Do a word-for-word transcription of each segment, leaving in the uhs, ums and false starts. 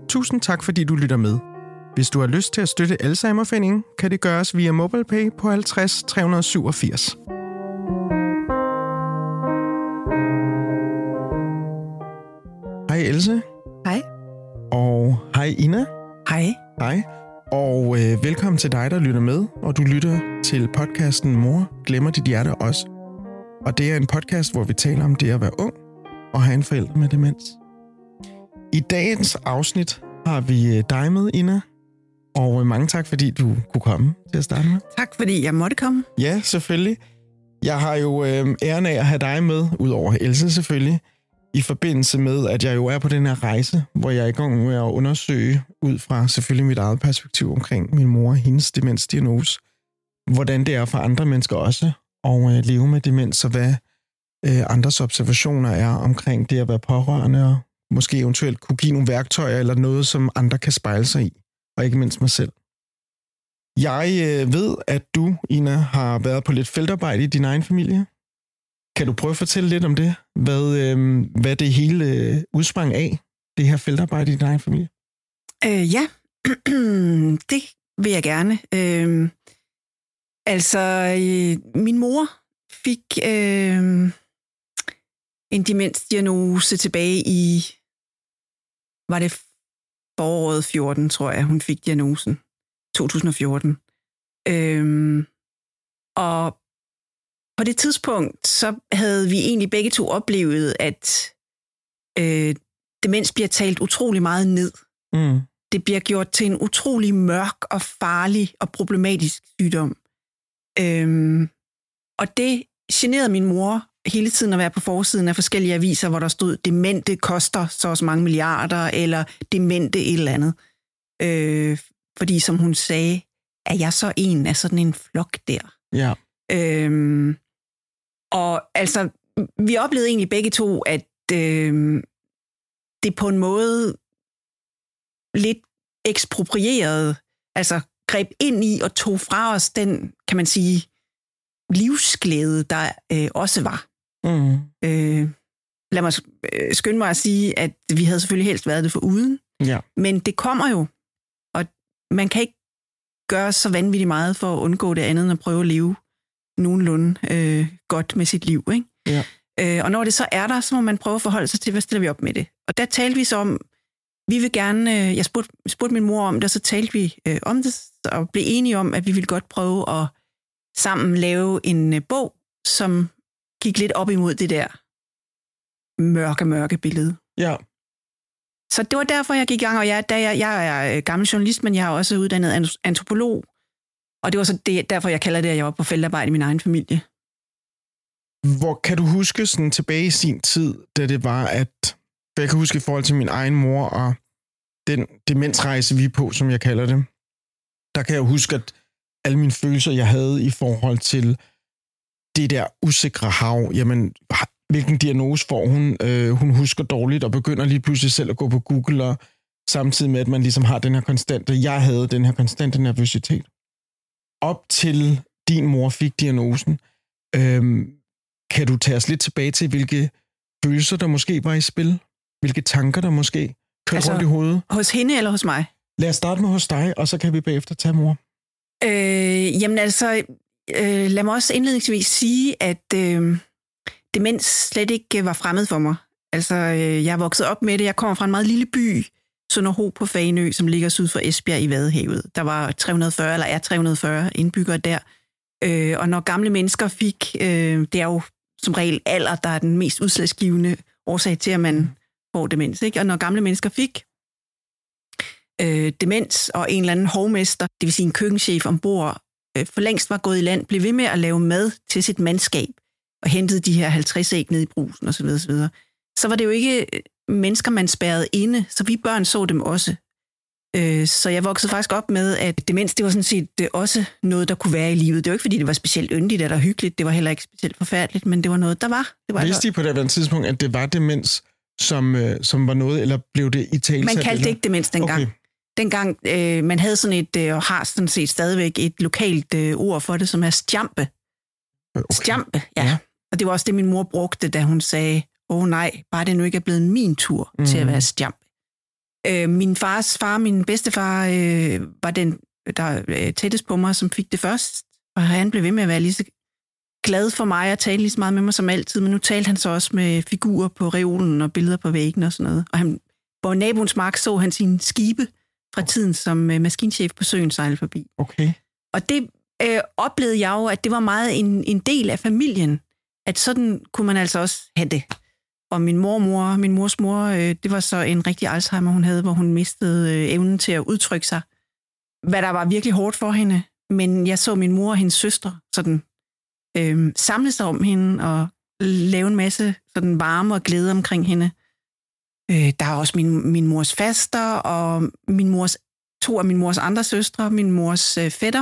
Tusind tak, fordi du lytter med. Hvis du har lyst til at støtte Alzheimerforeningen, kan det gøres via MobilePay på halvtreds tre hundrede syvogfirs. Hej Else. Hej. Og hej Ina. Hej. Hej. Og øh, velkommen til dig, der lytter med, og du lytter til podcasten Mor glemmer dit hjerte også. Og det er en podcast, hvor vi taler om det at være ung og have en forælder med demens. I dagens afsnit har vi dig med, Ina. Og mange tak, fordi du kunne komme til at starte med. Tak, fordi jeg måtte komme. Ja, selvfølgelig. Jeg har jo øh, æren af at have dig med, udover Else selvfølgelig, i forbindelse med, at jeg jo er på den her rejse, hvor jeg er i gang med at undersøge, ud fra selvfølgelig mit eget perspektiv omkring min mor og hendes demensdiagnose, hvordan det er for andre mennesker også at øh, leve med demens, og hvad øh, andres observationer er omkring det at være pårørende, og måske eventuelt kunne give nogle værktøjer eller noget, som andre kan spejle sig i, og ikke mindst mig selv. Jeg øh, ved, at du, Ina, har været på lidt feltarbejde i din egen familie. Kan du prøve at fortælle lidt om det? Hvad, øh, hvad det hele øh, udsprang af, det her feltarbejde i din egen familie? Øh, ja, det vil jeg gerne. Øh, altså, øh, min mor fik øh, en demensdiagnose tilbage i, var det foråret fjorten, tror jeg, hun fik diagnosen. to tusind og fjorten. Øh, og på det tidspunkt, så havde vi egentlig begge to oplevet, at øh, demens bliver talt utrolig meget ned. Mm. Det bliver gjort til en utrolig mørk og farlig og problematisk sygdom. Øhm, og det generede min mor hele tiden at være på forsiden af forskellige aviser, hvor der stod, demente koster så også mange milliarder, eller demente et eller andet. Øh, fordi som hun sagde, er jeg så en af sådan en flok der? Ja. Øhm, og altså, vi oplevede egentlig begge to, at øh, det på en måde lidt eksproprieret, altså greb ind i og tog fra os den, kan man sige, livsglæde, der øh, også var. Mm. Øh, lad mig øh, skynde mig at sige, at vi havde selvfølgelig helst været det foruden, Ja. men det kommer jo, og man kan ikke gøre så vanvittigt meget for at undgå det andet, end at prøve at leve nogenlunde øh, godt med sit liv. Ikke? Ja. Øh, og når det så er der, så må man prøve at forholde sig til, hvad stiller vi op med det. Og der talte vi så om, vi vil gerne, øh, jeg spurgte, spurgte min mor om det, og så talte vi øh, om det, og blev enige om, at vi ville godt prøve at sammen lave en øh, bog, som gik lidt op imod det der mørke, mørke billede. Ja. Så det var derfor, jeg gik i gang, og jeg, da jeg, jeg er gammel journalist, men jeg har også uddannet antropolog, og det var så det, derfor, jeg kalder det, at jeg var på feltarbejde i min egen familie. Hvor kan du huske sådan tilbage i sin tid, da det var, at for jeg kan huske i forhold til min egen mor og den demensrejse, vi er på, som jeg kalder det, der kan jeg huske, at alle mine følelser, jeg havde i forhold til det der usikre hav, jamen, hvilken diagnose får hun? Øh, hun husker dårligt og begynder lige pludselig selv at gå på Google, og samtidig med, at man ligesom har den her konstante, jeg havde den her konstante nervøsitet. Op til din mor fik diagnosen, øh, kan du tage os lidt tilbage til, hvilke følelser, der måske var i spil? Hvilke tanker, der måske kørte altså, rundt i hovedet? Hos hende eller hos mig? Lad os starte med hos dig, og så kan vi bagefter tage mor. Øh, jamen altså, øh, lad mig også indledningsvis sige, at øh, demens slet ikke var fremmed for mig. Altså, øh, jeg er vokset op med det. Jeg kommer fra en meget lille by, Sønderho på Fanø, som ligger syd for Esbjerg i Vadehavet. Der var tre hundrede og fyrre, eller er tre hundrede og fyrre indbyggere der. Øh, og når gamle mennesker fik, øh, det er jo som regel alder, der er den mest udslagsgivende årsag til, at man får demens. Ikke? Og når gamle mennesker fik øh, demens, og en eller anden hovmester, det vil sige en køkkenchef ombord, øh, for længst var gået i land, blev ved med at lave mad til sit mandskab, og hentede de her halvtreds æg ned i brusen osv. osv. Så var det jo ikke mennesker, man spærrede inde, så vi børn så dem også. Øh, så jeg voksede faktisk op med, at demens, det var sådan set også noget, der kunne være i livet. Det var ikke, fordi det var specielt yndigt eller hyggeligt, det var heller ikke specielt forfærdeligt, men det var noget, der var. Det var Vidste I på det tidspunkt, at det var demens, som, øh, som var noget, eller blev det i tale? Man kaldte eller? det ikke demens dengang. Okay. Dengang, øh, man havde sådan et, øh, og har sådan set stadigvæk et lokalt øh, ord for det, som er stjampe. Okay. Stjampe, ja. ja. Og det var også det, min mor brugte, da hun sagde, åh oh, nej, bare det nu ikke er blevet min tur mm. til at være stjampe. Øh, min fars far, min bedstefar, øh, var den, der øh, tættest på mig, som fik det først. Og han blev ved med at være lige så glad for mig og tale lige så meget med mig som altid. Men nu talte han så også med figurer på reolen og billeder på væggen og sådan noget. Og han, på naboens mark så han sine skibe fra tiden som øh, maskinchef på søen sejle forbi. Okay. Og det øh, oplevede jeg jo, at det var meget en, en del af familien. At sådan kunne man altså også have det. Og min mormor, min mors mor, øh, det var så en rigtig Alzheimer, hun havde, hvor hun mistede øh, evnen til at udtrykke sig. Hvad der var virkelig hårdt for hende. Men jeg så min mor og hendes søster sådan øh, samle sig om hende og lave en masse sådan varme og glæde omkring hende. Øh, der er også min, min mors faster og min mors, to af min mors andre søstre, min mors øh, fætter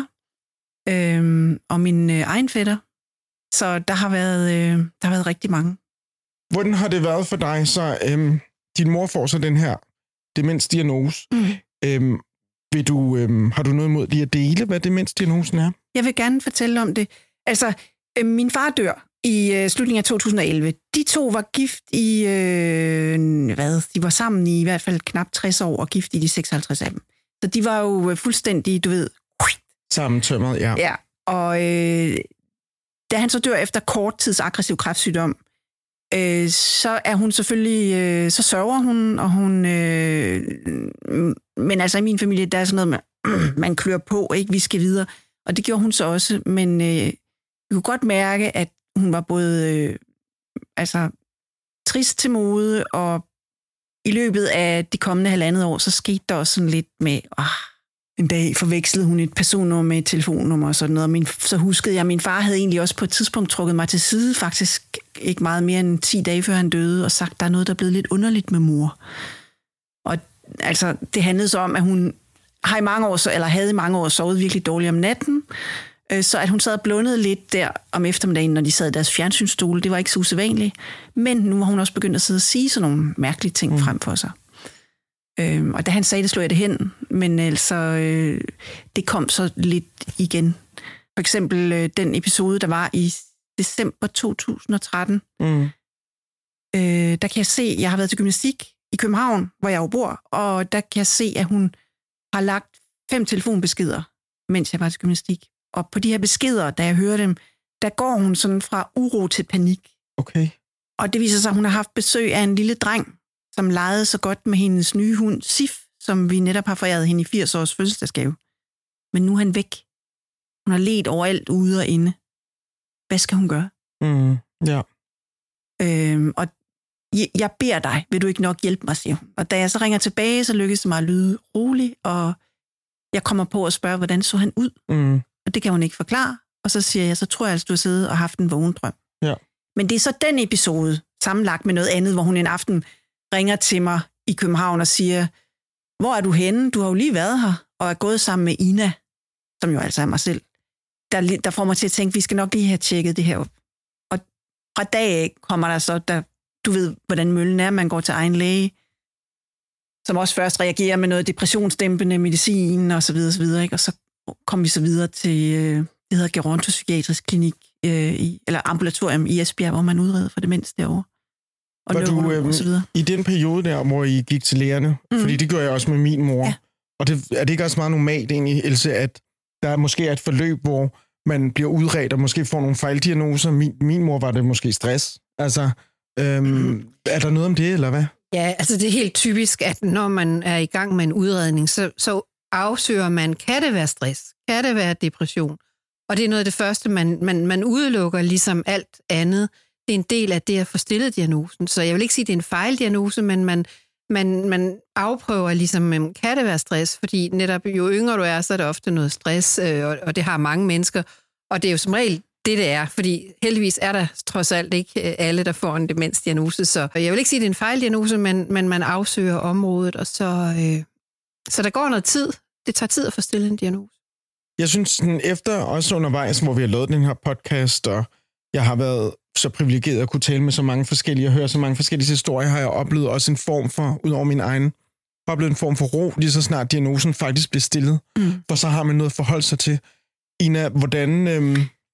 øh, og min øh, egen fætter. Så der har været, øh, der har været rigtig mange. Hvordan har det været for dig? Så øhm, din mor får så den her demensdiagnose. Mm. Øhm, vil du, øhm, har du noget imod lige at dele, hvad demensdiagnosen er? Jeg vil gerne fortælle om det. Altså, øh, min far dør i øh, slutningen af to tusind og elleve. De to var gift i, øh, hvad? De var sammen i i hvert fald knap tres år og gift i de seksoghalvtreds af dem. Så de var jo fuldstændig, du ved... Sammentømret, ja. Ja, og øh, da han så dør efter kort tids aggressiv kræftsygdom, øh, så er hun selvfølgelig, øh, så sørger hun, og hun, øh, men altså i min familie, der er sådan noget med, man klør på, ikke, vi skal videre, og det gjorde hun så også, men øh, jeg kunne godt mærke, at hun var både, øh, altså, trist til mode, og i løbet af de kommende halvandet år, så skete der også sådan lidt med, åh, en dag forvekslede hun et personnummer med et telefonnummer og sådan noget. Min, så huskede jeg, at min far havde egentlig også på et tidspunkt trukket mig til side, faktisk ikke meget mere end ti dage før han døde, og sagt, der er noget, der er blevet lidt underligt med mor. Og altså, det handlede så om, at hun har i mange år, eller havde i mange år sovet virkelig dårligt om natten, så at hun sad og blundede lidt der om eftermiddagen, når de sad i deres fjernsynsstole. Det var ikke så usædvanligt. Men nu har hun også begyndt at sidde og sige sådan nogle mærkelige ting mm. frem for sig. Øhm, og da han sagde det, slog jeg det hen, men altså, øh, det kom så lidt igen. For eksempel øh, den episode, der var i december to tusind og tretten, mm. øh, der kan jeg se, jeg har været til gymnastik i København, hvor jeg jo bor, og der kan jeg se, at hun har lagt fem telefonbeskeder, mens jeg var til gymnastik. Og på de her beskeder, da jeg hører dem, der går hun sådan fra uro til panik. Okay. Og det viser sig, at hun har haft besøg af en lille dreng, som legede så godt med hendes nye hund, Sif, som vi netop har foræret hende i firs års fødselsdagsgave. Men nu er han væk. Hun har ledt overalt ude og inde. Hvad skal hun gøre? Mm, ja. Øhm, og jeg beder dig, vil du ikke nok hjælpe mig, siger hun. Og da jeg så ringer tilbage, så lykkedes det mig at lyde rolig, og jeg kommer på at spørge, hvordan så han ud? Mm. Og det kan hun ikke forklare. Og så siger jeg, så tror jeg, at du har siddet og haft en vågen drøm. Ja. Men det er så den episode, sammenlagt med noget andet, hvor hun en aften ringer til mig i København og siger, hvor er du henne? Du har jo lige været her, og er gået sammen med Ina, som jo altså er mig selv. Der, der får mig til at tænke, vi skal nok lige have tjekket det her op. Og fra dag af kommer der så, der, du ved, hvordan møllen er, man går til egen læge, som også først reagerer med noget depressionsdæmpende medicin og så videre, så videre, ikke? Og så kom vi så videre til, det hedder Gerontopsykiatrisk Klinik, øh, i, eller ambulatorium i Esbjerg, hvor man udreder for demens derovre. Og var du øh, og så videre. I den periode der, hvor I gik til lægerne, mm. fordi det gjorde jeg også med min mor, ja. Og det, er det ikke også meget normalt egentlig, Else, at der måske er et forløb, hvor man bliver udredt og måske får nogle fejldiagnoser? Min, min mor var det måske stress. Altså, øhm, mm. er der noget om det, eller hvad? Ja, altså det er helt typisk, at når man er i gang med en udredning, så, så afsøger man, kan det være stress? Kan det være depression? Og det er noget af det første, man, man, man udelukker ligesom alt andet. Det er en del af det at få stillet diagnosen. Så jeg vil ikke sige, at det er en fejldiagnose, men man, man, man afprøver ligesom, kan det være stress? Fordi netop jo yngre du er, så er det ofte noget stress, og, og det har mange mennesker. Og det er jo som regel det, det er. Fordi heldigvis er der trods alt ikke alle, der får en demensdiagnose. Så jeg vil ikke sige, at det er en fejldiagnose, men, men man afsøger området, og så, øh, så der går noget tid. Det tager tid at få stillet en diagnose. Jeg synes, sådan, efter også undervejs, hvor vi har lavet den her podcast, og jeg har været så privilegeret at kunne tale med så mange forskellige og høre så mange forskellige historier, har jeg oplevet også en form for, ud over min egen, oplevet en form for ro, lige så snart diagnosen faktisk bliver stillet. Mm. For så har man noget at forholde sig til. Ina, hvordan, øhm,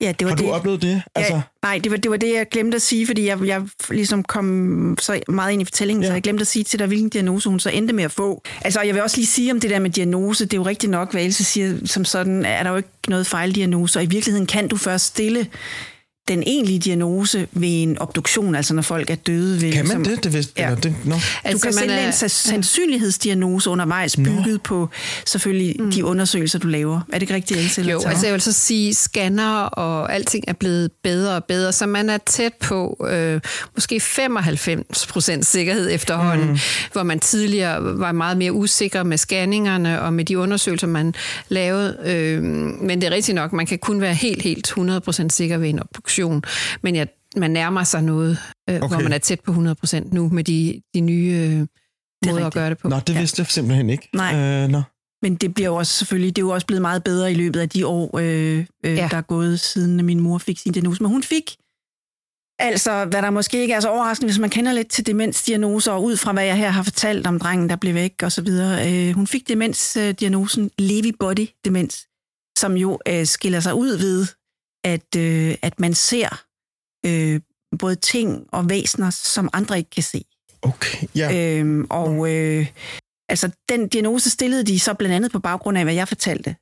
Ja, det var Har du det. oplevet det? Altså... Ja, nej, det var, det var det, jeg glemte at sige, fordi jeg, jeg ligesom kom så meget ind i fortællingen, ja. Så jeg glemte at sige til dig, hvilken diagnose hun så endte med at få. Altså, jeg vil også lige sige om det der med diagnose, det er jo rigtigt nok, hvad Else siger, som sådan er der jo ikke noget fejldiagnose, og i virkeligheden kan du først stille den egentlige diagnose ved en obduktion, altså når folk er døde. Ved, kan man som, det? Det vidste, ja. eller det? No. Du altså, kan stille er, en sandsynlighedsdiagnose undervejs, bygget no. på selvfølgelig mm. de undersøgelser, du laver. Er det ikke rigtigt, Else? Jo, altså jeg vil så sige, scanner og alting er blevet bedre og bedre, så man er tæt på øh, måske femoghalvfems procent sikkerhed efterhånden, mm. hvor man tidligere var meget mere usikker med scanningerne og med de undersøgelser, man lavede. Øh, men det er rigtigt nok, man kan kun være helt, helt hundrede procent sikker ved en obduktion. Men ja, man nærmer sig noget, øh, okay. hvor man er tæt på hundrede procent nu med de, de nye øh, måder rigtigt. At gøre det på. Nå, det vidste ja. jeg simpelthen ikke. Nej, øh, no. men det bliver jo også selvfølgelig, det er jo også blevet meget bedre i løbet af de år, øh, øh, ja. der er gået, siden min mor fik sin diagnose. Men hun fik, altså, hvad der måske ikke er så overraskende, hvis man kender lidt til demensdiagnoser, og ud fra hvad jeg her har fortalt om drengen, der blev væk og så videre. Øh, hun fik demensdiagnosen Lewy body demens, som jo øh, skiller sig ud ved, at, øh, at man ser øh, både ting og væsener, som andre ikke kan se. Okay, ja. Øhm, og øh, altså, den diagnose stillede de så blandt andet på baggrund af, hvad jeg fortalte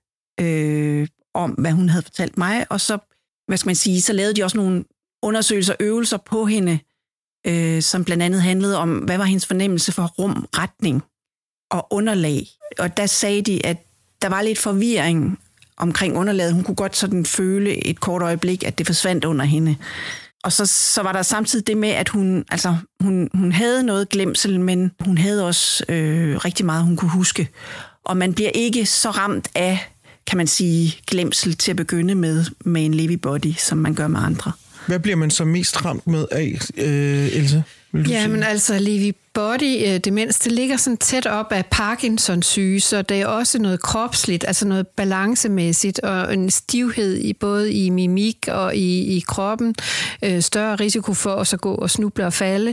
øh, om, hvad hun havde fortalt mig, og så, hvad skal man sige, så lavede de også nogle undersøgelser og øvelser på hende, øh, som blandt andet handlede om, hvad var hendes fornemmelse for rum, retning og underlag. Og der sagde de, at der var lidt forvirring omkring underlaget. Hun kunne godt sådan føle et kort øjeblik, at det forsvandt under hende. Og så, så var der samtidig det med, at hun, altså, hun, hun havde noget glemsel, men hun havde også øh, rigtig meget, hun kunne huske. Og man bliver ikke så ramt af, kan man sige, glemsel til at begynde med, med en Lewy body, som man gør med andre. Hvad bliver man så mest ramt med af, øh, Else? Jamen altså, Lewy body demens, det ligger sådan tæt op af Parkinsons syge, så det er også noget kropsligt, altså noget balancemæssigt, og en stivhed i både i mimik og i, i kroppen, øh, større risiko for at så gå og snuble og falde.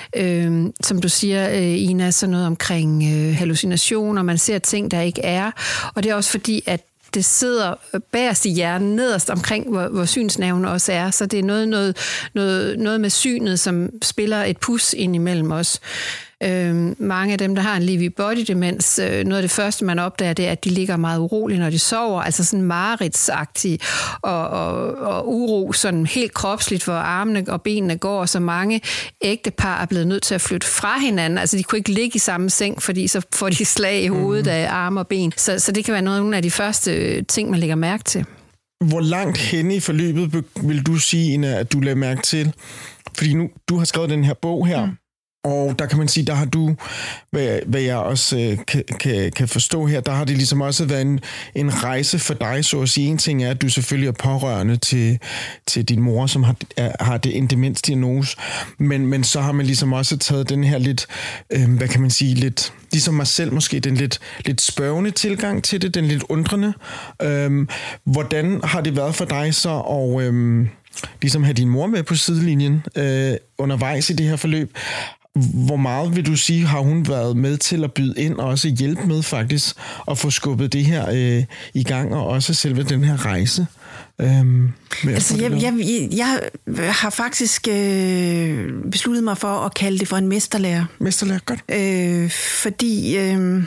Øh, som du siger, øh, Ina, sådan noget omkring øh, hallucinationer, man ser ting, der ikke er, og det er også fordi, at det sidder bagerst i hjernen, nederst omkring, hvor, hvor synsnerven også er. Så det er noget, noget, noget, noget med synet, som spiller et pus ind imellem os. Øh, mange af dem, der har en Lewy body demens, øh, noget af det første, man opdager, det er, at de ligger meget urolige, når de sover. Altså sådan mareridtsagtige og, og, og uro, sådan helt kropsligt, hvor armene og benene går. Så mange ægtepar er blevet nødt til at flytte fra hinanden. Altså de kunne ikke ligge i samme seng, fordi så får de slag i hovedet af arme og ben. Så, så det kan være nogle af de første ting, man lægger mærke til. Hvor langt henne i forløbet vil du sige, Ina, at du lagde mærke til? Fordi nu, du har skrevet den her bog her, mm. og der kan man sige, der har du, hvad, hvad jeg også øh, kan, kan, kan forstå her, der har det ligesom også været en, en rejse for dig, så at sige. En ting er, at du selvfølgelig er pårørende til, til din mor, som har, er, har det en demensdiagnose, men, men så har man ligesom også taget den her lidt, øh, hvad kan man sige, lidt, ligesom mig selv måske, den lidt, lidt spørgende tilgang til det, den lidt undrende. Øh, hvordan har det været for dig så at øh, ligesom have din mor med på sidelinjen øh, undervejs i det her forløb? Hvor meget vil du sige, har hun været med til at byde ind og også hjælpe med faktisk at få skubbet det her øh, i gang, og også selve den her rejse? Øhm, altså, jeg, jeg, jeg har faktisk øh, besluttet mig for at kalde det for en mesterlærer. Mesterlærer, godt. Øh, fordi øh,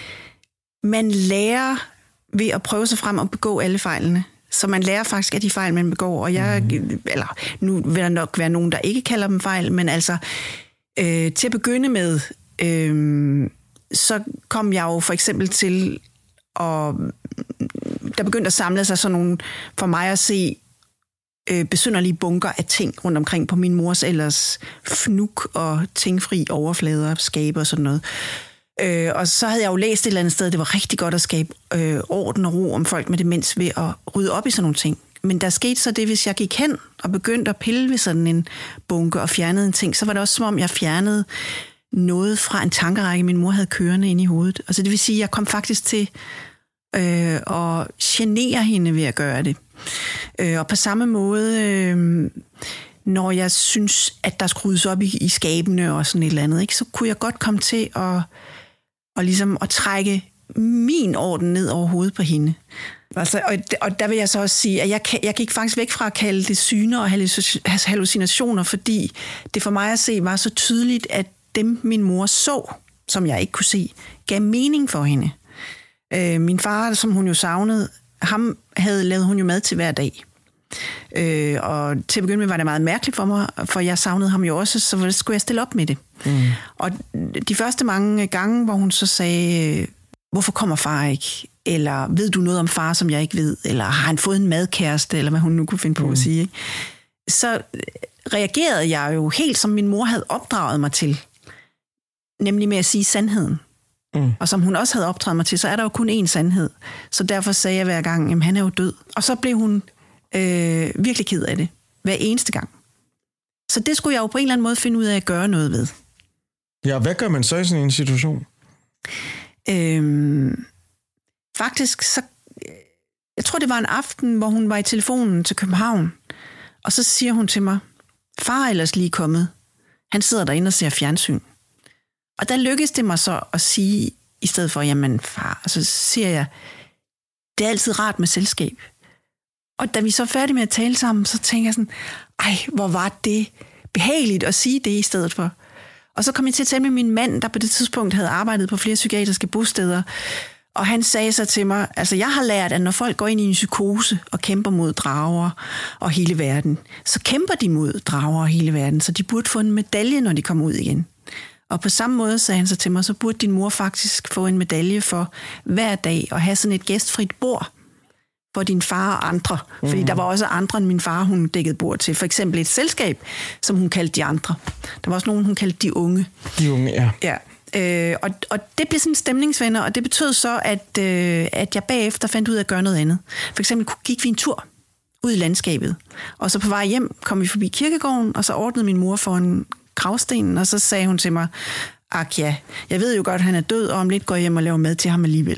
man lærer ved at prøve sig frem og begå alle fejlene. Så man lærer faktisk af de fejl, man begår. Og jeg, mm. eller nu vil der nok være nogen, der ikke kalder dem fejl, men altså øh, til at begynde med, øh, så kom jeg jo for eksempel til, og der begyndte at samle sig sådan nogle, for mig at se, øh, besynderlige bunker af ting rundt omkring på min mors ellers fnuk og tingfri overflader, skabe og sådan noget. Øh, og så havde jeg jo læst et eller andet sted, det var rigtig godt at skabe øh, orden og ro om folk med demens ved at rydde op i sådan nogle ting. Men der skete så det, hvis jeg gik hen og begyndte at pille ved sådan en bunke og fjernede en ting, så var det også som om, jeg fjernede noget fra en tankerække, min mor havde kørende inde i hovedet. Altså det vil sige, at jeg kom faktisk til øh, at genere hende ved at gøre det. Øh, og på samme måde, øh, når jeg synes, at der skrues op i, i skabene og sådan et eller andet, ikke, så kunne jeg godt komme til at, og ligesom at trække min orden ned over hovedet på hende. Altså, og, og der vil jeg så også sige, at jeg, kan, jeg gik faktisk væk fra at kalde det syner og hallucinationer, fordi det for mig at se var så tydeligt, at dem min mor så, som jeg ikke kunne se, gav mening for hende. Øh, min far, som hun jo savnede, ham havde lavet hun jo mad til hver dag. Øh, og til at begynde med var det meget mærkeligt for mig, for jeg savnede ham jo også, så skulle jeg stille op med det. Mm. Og de første mange gange, hvor hun så sagde, hvorfor kommer far ikke? Eller ved du noget om far, som jeg ikke ved? Eller har han fået en madkæreste? Eller hvad hun nu kunne finde på mm. at sige. Ikke? Så reagerede jeg jo helt, som min mor havde opdraget mig til. Nemlig med at sige sandheden. Mm. Og som hun også havde opdraget mig til, så er der jo kun én sandhed. Så derfor sagde jeg hver gang, jamen han er jo død. Og så blev hun øh, virkelig ked af det. Hver eneste gang. Så det skulle jeg jo på en eller anden måde finde ud af at gøre noget ved. Ja, hvad gør man så i sådan en situation? Øhm, faktisk så... Jeg tror, det var en aften, hvor hun var i telefonen til København. Og så siger hun til mig, far er ellers lige kommet. Han sidder derinde og ser fjernsyn. Og der lykkedes det mig så at sige, i stedet for, jamen far, og så siger jeg, det er altid rart med selskab. Og da vi så er færdige med at tale sammen, så tænker jeg sådan, ej, hvor var det behageligt at sige det i stedet for. Og så kom jeg til at tale med min mand, der på det tidspunkt havde arbejdet på flere psykiatriske bosteder. Og han sagde så til mig, altså jeg har lært, at når folk går ind i en psykose og kæmper mod drager og hele verden, så kæmper de mod drager og hele verden, så de burde få en medalje, når de kommer ud igen. Og på samme måde sagde han så til mig, så burde din mor faktisk få en medalje for hver dag og have sådan et gæstfrit bord for din far og andre. Mm. Fordi der var også andre end min far, hun dækkede bord til. For eksempel et selskab, som hun kaldte de andre. Der var også nogen, hun kaldte de unge. De unge, ja. Ja. Øh, og, og det blev sådan en stemningsvenner, og det betød så, at, øh, at jeg bagefter fandt ud af at gøre noget andet. For eksempel gik vi en tur ud i landskabet. Og så på vej hjem kom vi forbi kirkegården, og så ordnede min mor for en gravsten, og så sagde hun til mig, ak ja, jeg ved jo godt, at han er død, og om lidt går jeg hjem og laver mad til ham alligevel.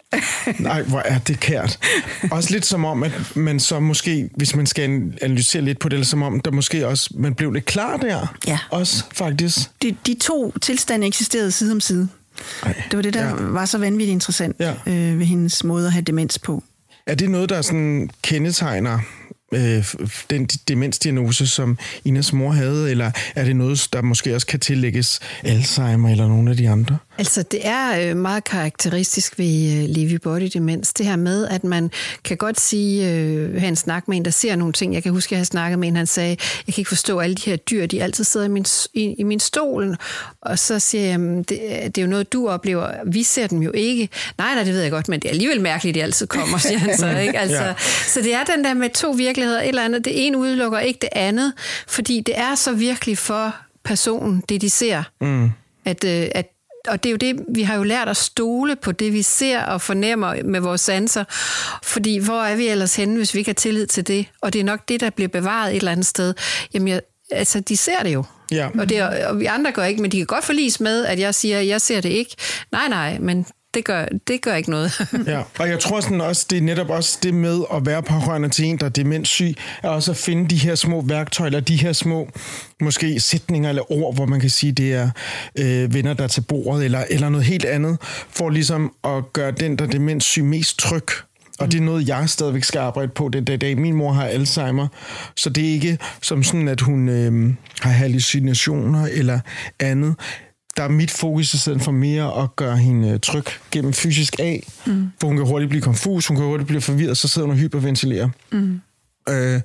Nej, hvor er det kært. Også lidt som om, at man så måske, hvis man skal analysere lidt på det, eller som om, der måske også, man blev lidt klar der. Ja. Også, faktisk. De, de to tilstande eksisterede side om side. Ej, det var det, der ja. var så vanvittigt interessant ja. øh, ved hendes måde at have demens på. Er det noget, der sådan kendetegner øh, den demensdiagnose, som Inas mor havde, eller er det noget, der måske også kan tillægges Alzheimer eller nogle af de andre? Altså, det er meget karakteristisk ved Lewy body demens, det her med, at man kan godt sige, øh, have en snak med en, der ser nogle ting. Jeg kan huske, at jeg havde snakket med en, han sagde, jeg kan ikke forstå alle de her dyr, de altid sidder i min, i, i min stol. Og så siger jeg, det, det er jo noget, du oplever. Vi ser dem jo ikke. Nej, nej, det ved jeg godt, men det er alligevel mærkeligt, de altid kommer, siger han så. Ikke? Altså, ja. Så det er den der med to virkeligheder, et eller andet. Det ene udelukker ikke det andet, fordi det er så virkelig for personen, det de ser, mm. at, at og det er jo det, vi har jo lært at stole på det, vi ser og fornemmer med vores sanser. Fordi hvor er vi ellers henne, hvis vi ikke har tillid til det? Og det er nok det, der bliver bevaret et eller andet sted. Jamen, jeg, altså, de ser det jo. Ja. Og, det, og vi andre gør ikke, men de kan godt forliges med, at jeg siger, at jeg ser det ikke. Nej, nej, men det gør, det gør ikke noget. Ja, og jeg tror sådan også, det er netop også det med at være pårørende til en, der er demenssyg, er også at finde de her små værktøjer, eller de her små, måske sætninger eller ord, hvor man kan sige, det er øh, venner, der er til bordet, eller, eller noget helt andet, for ligesom at gøre den, der er demenssyg, mest tryg. Og det er noget, jeg stadigvæk skal arbejde på den dag. Min mor har Alzheimer, så det er ikke som sådan, at hun øh, har hallucinationer eller andet. Der er mit fokus i stedet for mere at gøre hende tryg gennem fysisk af, mm. for hun kan hurtigt blive konfus, hun kan hurtigt blive forvirret, så sidder hun og hyperventilerer. Mm. Øh,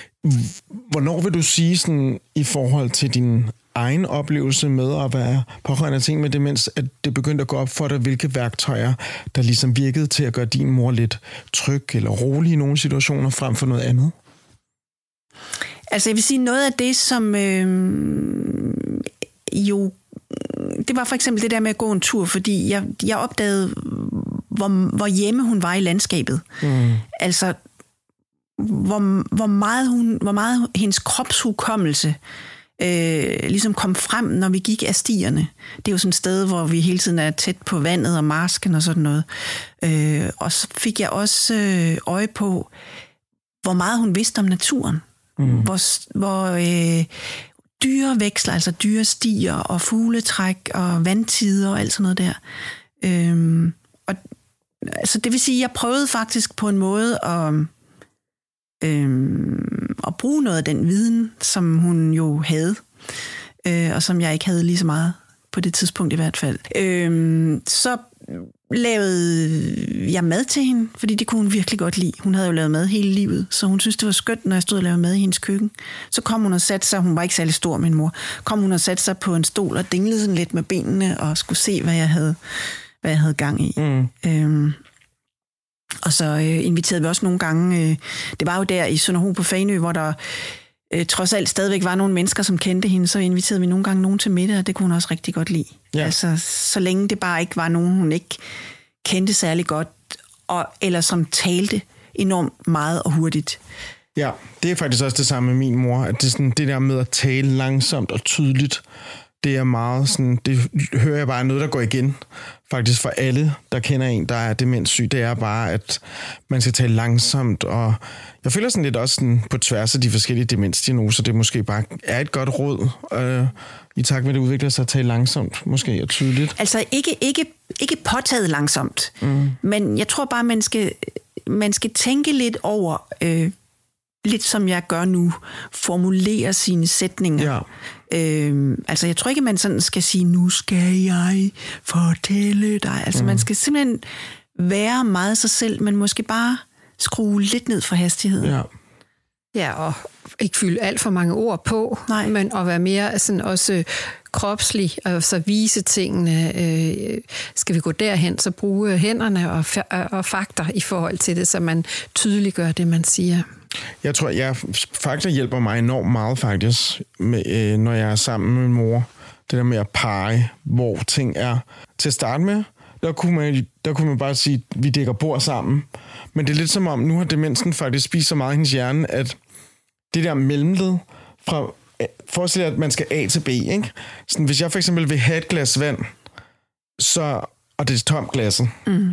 hvornår vil du sige sådan, i forhold til din egen oplevelse med at være pårørende til en med demens, at det begyndte at gå op for dig, hvilke værktøjer, der ligesom virkede til at gøre din mor lidt tryg eller rolig i nogle situationer, frem for noget andet? Altså jeg vil sige, noget af det, som øh, jo det var for eksempel det der med at gå en tur, fordi jeg, jeg opdagede, hvor, hvor hjemme hun var i landskabet. Mm. Altså, hvor, hvor, meget hun, hvor meget hendes kropshukommelse øh, ligesom kom frem, når vi gik af stierne. Det er jo sådan et sted, hvor vi hele tiden er tæt på vandet og marsken og sådan noget. Øh, og så fik jeg også øh, øje på, hvor meget hun vidste om naturen. Mm. Hvor... hvor øh, dyreveksler, altså dyrestier og fugletræk og vandtider og alt sådan noget der. Øhm, og altså det vil sige, jeg prøvede faktisk på en måde at, øhm, at bruge noget af den viden, som hun jo havde, øh, og som jeg ikke havde lige så meget på det tidspunkt i hvert fald. Øhm, så lavede jeg mad til hende, fordi det kunne hun virkelig godt lide. Hun havde jo lavet mad hele livet, så hun synes, det var skønt, når jeg stod og lavede mad i hendes køkken. Så kom hun og satte sig, hun var ikke særlig stor, min mor, kom hun og satte sig på en stol og dinglede sådan lidt med benene og skulle se, hvad jeg havde, hvad jeg havde gang i. Mm. Øhm, og så øh, inviterede vi også nogle gange, øh, det var jo der i Sønderho på Fanø, hvor der øh, trods alt stadigvæk var nogle mennesker, som kendte hende, så inviterede vi nogle gange nogen til middag, og det kunne hun også rigtig godt lide. Ja. Altså, så længe det bare ikke var nogen, hun ikke kendte særlig godt, og, eller som talte enormt meget og hurtigt. Ja, det er faktisk også det samme med min mor, at det, er sådan, det der med at tale langsomt og tydeligt, det er meget sådan, det hører jeg bare noget, der går igen. Faktisk for alle, der kender en, der er demenssyg, det er bare, at man skal tale langsomt, og jeg føler sådan lidt også sådan, på tværs af de forskellige demensdiagnoser, det måske bare er et godt råd, øh, i takt med, at det udvikler sig at tale langsomt, måske, og tydeligt. Altså ikke, ikke, ikke påtaget langsomt, mm. men jeg tror bare, man skal, man skal tænke lidt over, øh, lidt som jeg gør nu, formulere sine sætninger. Ja. Øhm, altså jeg tror ikke, man sådan skal sige, nu skal jeg fortælle dig. Altså mm. man skal simpelthen være meget sig selv, men måske bare skrue lidt ned for hastigheden. Ja. Ja, og ikke fylde alt for mange ord på, Nej. men at være mere sådan også kropslig, og så vise tingene. Øh, skal vi gå derhen, så bruge hænderne og, og fakta i forhold til det, så man tydeliggør det, man siger. Jeg tror, ja, fakta hjælper mig enormt meget faktisk, med, øh, når jeg er sammen med min mor. Det der med at pege, hvor ting er. Til at starte med, der kunne man, der kunne man bare sige, at vi dækker bord sammen. Men det er lidt som om, nu har demensen faktisk spist så meget i hendes hjerne, at det der mellemled fra, forestil jer, at man skal A til B, ikke? Sådan, hvis jeg for eksempel vil have et glas vand, så, og det er tomt glasset, mm.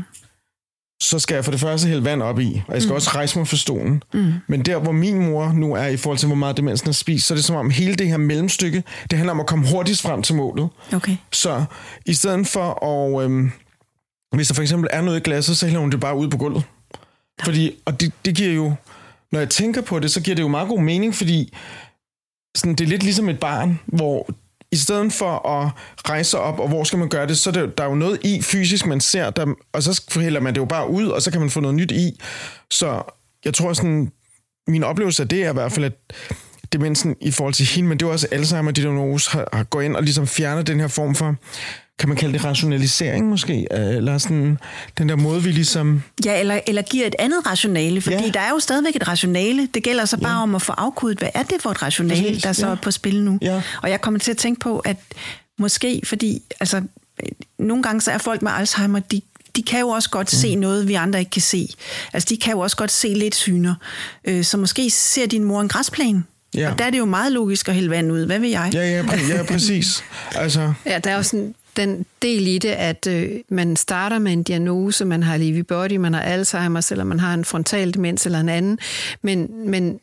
så skal jeg for det første hælde vand op i, og jeg skal mm. også rejse mig for stolen. Mm. Men der, hvor min mor nu er i forhold til, hvor meget demensen har spist, så er det som om hele det her mellemstykke, det handler om at komme hurtigst frem til målet. Okay. Så i stedet for at, øhm, hvis der for eksempel er noget i glasset, så hælder hun det bare ud på gulvet. No. Fordi, og det, det giver jo, når jeg tænker på det, så giver det jo meget god mening, fordi sådan, det er lidt ligesom et barn, hvor i stedet for at rejse op, og hvor skal man gøre det, så er der, der er jo noget i fysisk, man ser, der, og så hælder man det jo bare ud, og så kan man få noget nyt i. Så jeg tror sådan, min oplevelse af det er i hvert fald, at demensen i forhold til hende, men det er også Alzheimer-diagnose, har, har gået ind og ligesom fjernet den her form for, kan man kalde det rationalisering måske? Eller sådan den der måde, vi ligesom... Ja, eller, eller giver et andet rationale, fordi ja. Der er jo stadigvæk et rationale. Det gælder så bare ja. Om at få afkodet, hvad er det for et rationale, Præcis, der så ja. Er på spil nu? Ja. Og jeg kommer til at tænke på, at måske, fordi altså, nogle gange så er folk med Alzheimer, de, de kan jo også godt mm. se noget, vi andre ikke kan se. Altså, de kan jo også godt se lidt syner. Så måske ser din mor en græsplæne. Ja. Og der er det jo meget logisk at hælde vand ud. Hvad vil jeg? Ja, ja, præ- ja præcis. Altså... Ja, der er jo sådan den del i det, at øh, man starter med en diagnose, man har Lewy body, man har Alzheimer, eller man har en frontal demens eller en anden, men, men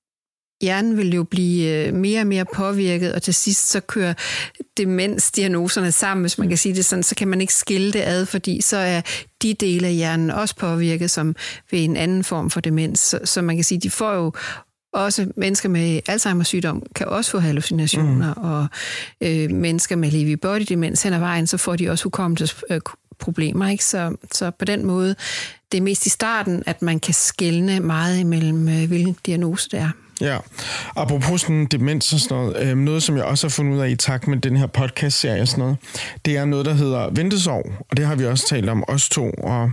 hjernen vil jo blive øh, mere og mere påvirket, og til sidst så kører demensdiagnoserne sammen, hvis man kan sige det sådan, så kan man ikke skille det ad, fordi så er de dele af hjernen også påvirket som ved en anden form for demens, så, så man kan sige, de får jo også mennesker med Alzheimer's sygdom kan også få hallucinationer, mm. og øh, mennesker med Lewy body demens hen ad vejen, så får de også hukommelsesproblemer, ikke? Så, så på den måde, det er mest i starten, at man kan skelne meget imellem, øh, hvilken diagnose det er. Ja, apropos sådan demens og sådan noget, øh, noget som jeg også har fundet ud af i takt med den her podcast-serie og sådan noget, det er noget, der hedder ventesorg, og det har vi også talt om, os to, og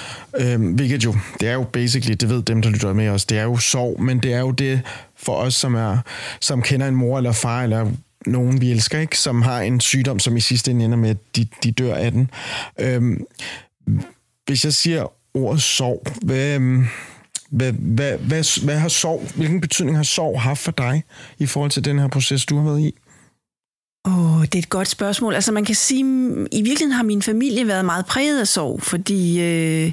øh, hvilket jo, det er jo basically, det ved dem, der lytter med os, det er jo sorg, men det er jo det for os, som, er, som kender en mor eller far, eller nogen vi elsker, ikke, som har en sygdom, som i sidste ende ender med, at de, de dør af den. Øh, hvis jeg siger ordet sorg, hvad... Øh, Hvad, hvad, hvad, hvad har sorg, hvilken betydning har sorg haft for dig i forhold til den her proces, du har været i? Åh, oh, det er et godt spørgsmål. Altså man kan sige, i virkeligheden har min familie været meget præget af sorg, fordi øh,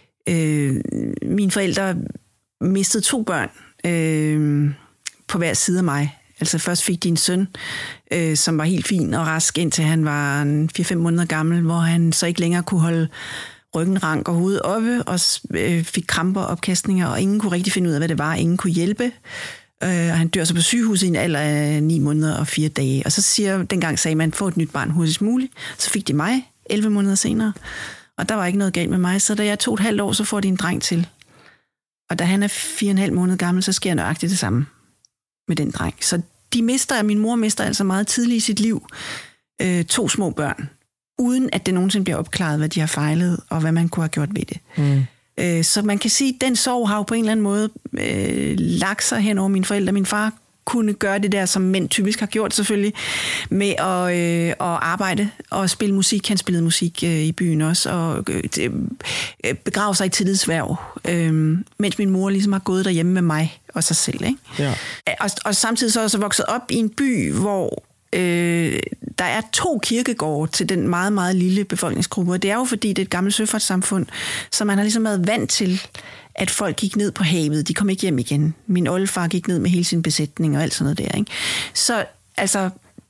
øh, mine forældre mistede to børn øh, på hver side af mig. Altså først fik de en søn, øh, som var helt fin og rask, indtil han var fire fem måneder gammel, hvor han så ikke længere kunne holde ryggen rank og hovedet oppe, og øh, fik kramper og opkastninger, og ingen kunne rigtig finde ud af, hvad det var. Ingen kunne hjælpe. Øh, og han dør så på sygehuset i en alder af ni måneder og fire dage. Og så siger, dengang sagde man, få et nyt barn hurtigst muligt. Så fik de mig elleve måneder senere. Og der var ikke noget galt med mig. Så da jeg er to og et halvt år, så får de en dreng til. Og da han er fire og en halv måned gammel, så sker nøjagtigt det samme med den dreng. Så de mister, min mor mister altså meget tidligt i sit liv øh, to små børn, uden at det nogensinde bliver opklaret, hvad de har fejlet, og hvad man kunne have gjort ved det. Mm. Øh, så man kan sige, at den sorg har jo på en eller anden måde øh, lagt sig hen over mine forældre. Min far kunne gøre det der, som mænd typisk har gjort selvfølgelig, med at, øh, at arbejde og spille musik. Han spillede musik øh, i byen også, og øh, begrave sig i tillidshverv, øh, mens min mor ligesom har gået derhjemme med mig og sig selv. Ikke? Ja. Og, og samtidig så er jeg så vokset op i en by, hvor øh, der er to kirkegårde til den meget, meget lille befolkningsgruppe, og det er jo fordi, det er et gammelt søfartssamfund, så man har ligesom været vant til, at folk gik ned på havet. De kom ikke hjem igen. Min oldefar gik ned med hele sin besætning og alt sådan noget der. Ikke? Så altså,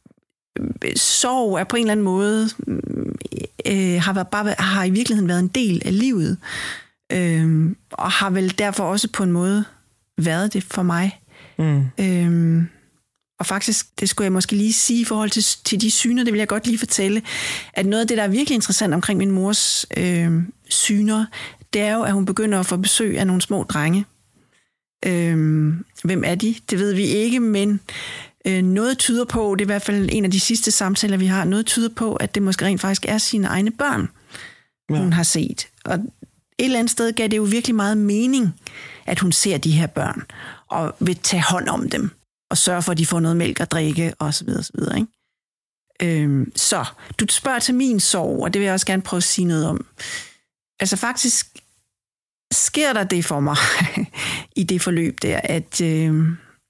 sorg er på en eller anden måde, øh, har, været, bare, har i virkeligheden været en del af livet, øh, og har vel derfor også på en måde været det for mig. Mm. Øh, og faktisk, det skulle jeg måske lige sige i forhold til, til de syner, det vil jeg godt lige fortælle, at noget af det, der er virkelig interessant omkring min mors øh, syner, det er jo, at hun begynder at få besøg af nogle små drenge. Øhm, hvem er de? Det ved vi ikke, men øh, noget tyder på, det er i hvert fald en af de sidste samtaler, vi har, noget tyder på, at det måske rent faktisk er sine egne børn, ja. Hun har set. Og et eller andet sted gav det jo virkelig meget mening, at hun ser de her børn, og vil tage hånd om dem, og sørge for, at de får noget mælk at drikke, osv. osv. Ikke? Øhm, så, du spørger til min sorg, og det vil jeg også gerne prøve at sige noget om. Altså faktisk sker der det for mig i det forløb der, at øh,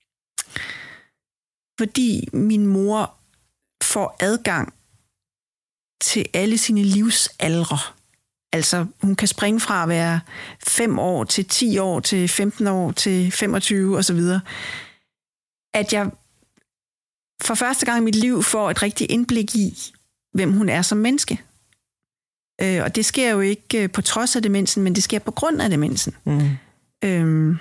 fordi min mor får adgang til alle sine livsaldre, altså hun kan springe fra at være fem år til ti år til femten år til femogtyve og så videre, at jeg for første gang i mit liv får et rigtigt indblik i, hvem hun er som menneske. Og det sker jo ikke på trods af demensen, men det sker på grund af demensen. Mm. Øhm,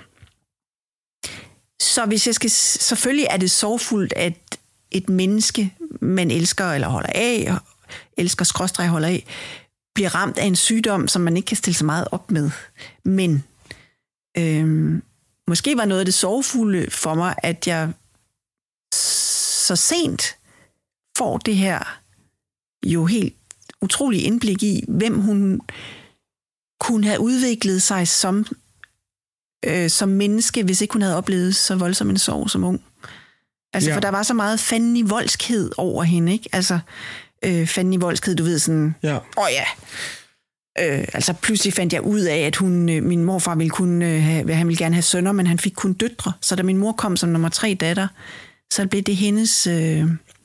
så hvis jeg skal... Selvfølgelig er det sorgfuldt, at et menneske, man elsker eller holder af, elsker skråstreg holder af, bliver ramt af en sygdom, som man ikke kan stille så meget op med. Men øhm, måske var noget af det sorgfulde for mig, at jeg så sent får det her jo helt utrolig indblik i, hvem hun kunne have udviklet sig som, øh, som menneske, hvis ikke hun havde oplevet så voldsom en sorg som ung. Altså, ja. For der var så meget fanden i voldskhed over hende, ikke? Altså, øh, fanden i voldskhed, du ved sådan, åh ja. Oh, ja. Øh, altså, pludselig fandt jeg ud af, at hun, øh, min morfar ville kunne øh, have, han ville gerne have sønner, men han fik kun døtre. Så da min mor kom som nummer tre datter, så blev det hendes øh,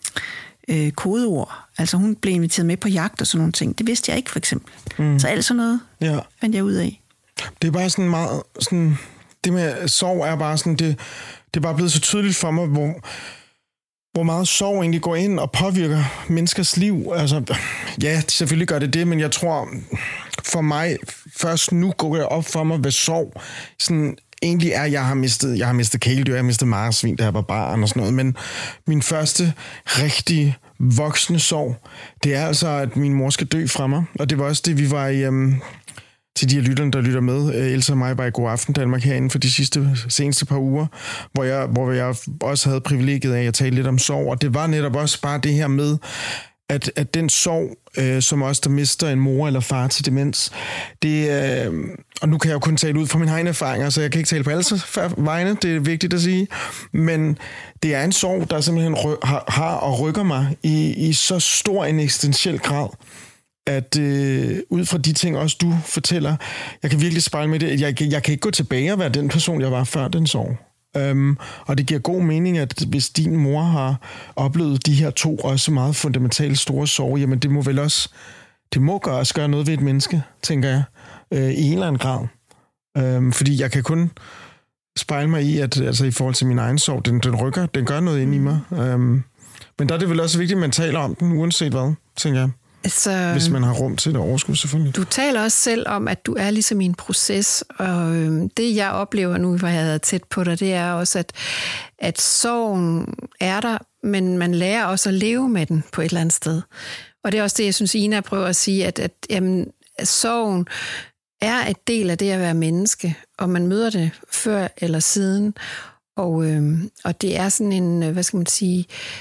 øh, kodeord. Altså hun blev inviteret med på jagt og sådan nogle ting. Det vidste jeg ikke, for eksempel. Mm. Så alt sådan noget ja. fandt jeg ud af. Det er bare sådan meget... Sådan, det med sorg er bare sådan... Det, det er bare blevet så tydeligt for mig, hvor, hvor meget sorg egentlig går ind og påvirker menneskers liv. Altså, ja, selvfølgelig gør det det, men jeg tror, for mig, først nu går det op for mig, hvad sorg sådan... Egentlig er, jeg har mistet, jeg har mistet kæledyr, jeg har mistet marsvin, da jeg var barn og sådan noget, men min første rigtig voksne sorg, det er altså, at min mor skal dø fra mig, og det var også det, vi var i, um, til de her lytterne, der lytter med, Else og mig var i God Aften Danmark herinde for de sidste, seneste par uger, hvor jeg, hvor jeg også havde privilegiet af at tale lidt om sorg, og det var netop også bare det her med, at, at den sorg, øh, som også der mister en mor eller far til demens, det, øh, og nu kan jeg jo kun tale ud fra mine egne erfaringer, så jeg kan ikke tale på alles vegne, det er vigtigt at sige, men det er en sorg, der simpelthen ry- har, har og rykker mig i, i så stor en eksistentiel grad, at øh, ud fra de ting også du fortæller, jeg kan virkelig spejle med det, jeg, jeg kan ikke gå tilbage og være den person, jeg var før den sorg. Um, og det giver god mening, at hvis din mor har oplevet de her to også meget fundamentalt store sorger, jamen det må vel også, det må gøre, også gøre noget ved et menneske, tænker jeg, øh, i en eller anden grad. Um, fordi jeg kan kun spejle mig i, at altså i forhold til min egen sorg, den, den rykker, den gør noget ind i mig. Um, men der er det vel også vigtigt, at man taler om den, uanset hvad, tænker jeg. Altså, hvis man har rum til det overskud, selvfølgelig. Du taler også selv om, at du er ligesom i en proces, og øhm, det jeg oplever nu, hvor jeg har været tæt på dig, det er også, at, at sorgen er der, men man lærer også at leve med den på et eller andet sted. Og det er også det, jeg synes, Ina prøver at sige, at, at, jamen, at sorgen er et del af det at være menneske, og man møder det før eller siden, og, øhm, og det er sådan en, hvad skal man sige,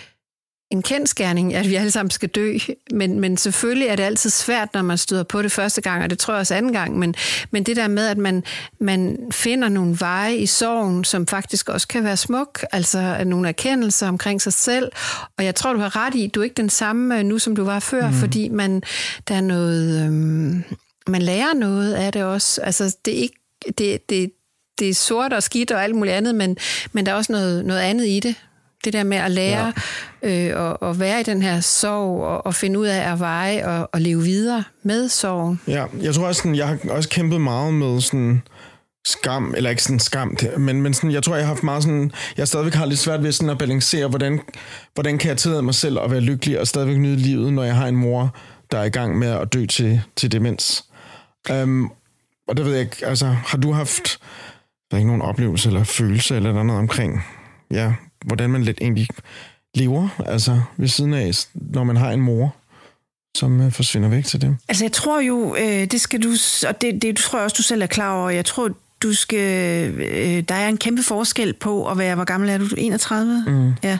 en kendsgerning, at vi alle sammen skal dø, men, men selvfølgelig er det altid svært, når man støder på det første gang, og det tror jeg også anden gang, men, men det der med, at man, man finder nogle veje i sorgen, som faktisk også kan være smuk, altså nogle erkendelser omkring sig selv, og jeg tror, du har ret i, du er ikke den samme nu, som du var før, mm. fordi man, der er noget, øhm, man lærer noget af det også, altså det er ikke, det, det, det er sort og skidt og alt muligt andet, men, men der er også noget, noget andet i det. Det der med at lære ja. øh, og, og være i den her sorg og, og finde ud af at veje og, og leve videre med sorgen. Ja, jeg tror også, sådan, jeg har også kæmpet meget med sådan skam, eller ikke sådan skam, men, men sådan, jeg tror, jeg har haft meget sådan, jeg stadigvæk har lidt svært ved sådan at balancere, hvordan, hvordan kan jeg tillade mig selv at være lykkelig og stadigvæk nyde livet, når jeg har en mor, der er i gang med at dø til, til demens. Um, og det ved jeg ikke, altså har du haft, der er ikke nogen oplevelse eller følelse eller noget omkring, ja, hvordan man lidt egentlig lever, altså ved siden af, når man har en mor, som øh, forsvinder væk til det. Altså jeg tror jo, øh, det skal du, og det, det tror jeg også, du selv er klar over, jeg tror, du skal, øh, der er en kæmpe forskel på at være, hvor gammel er du? enogtredive? Mm. Ja.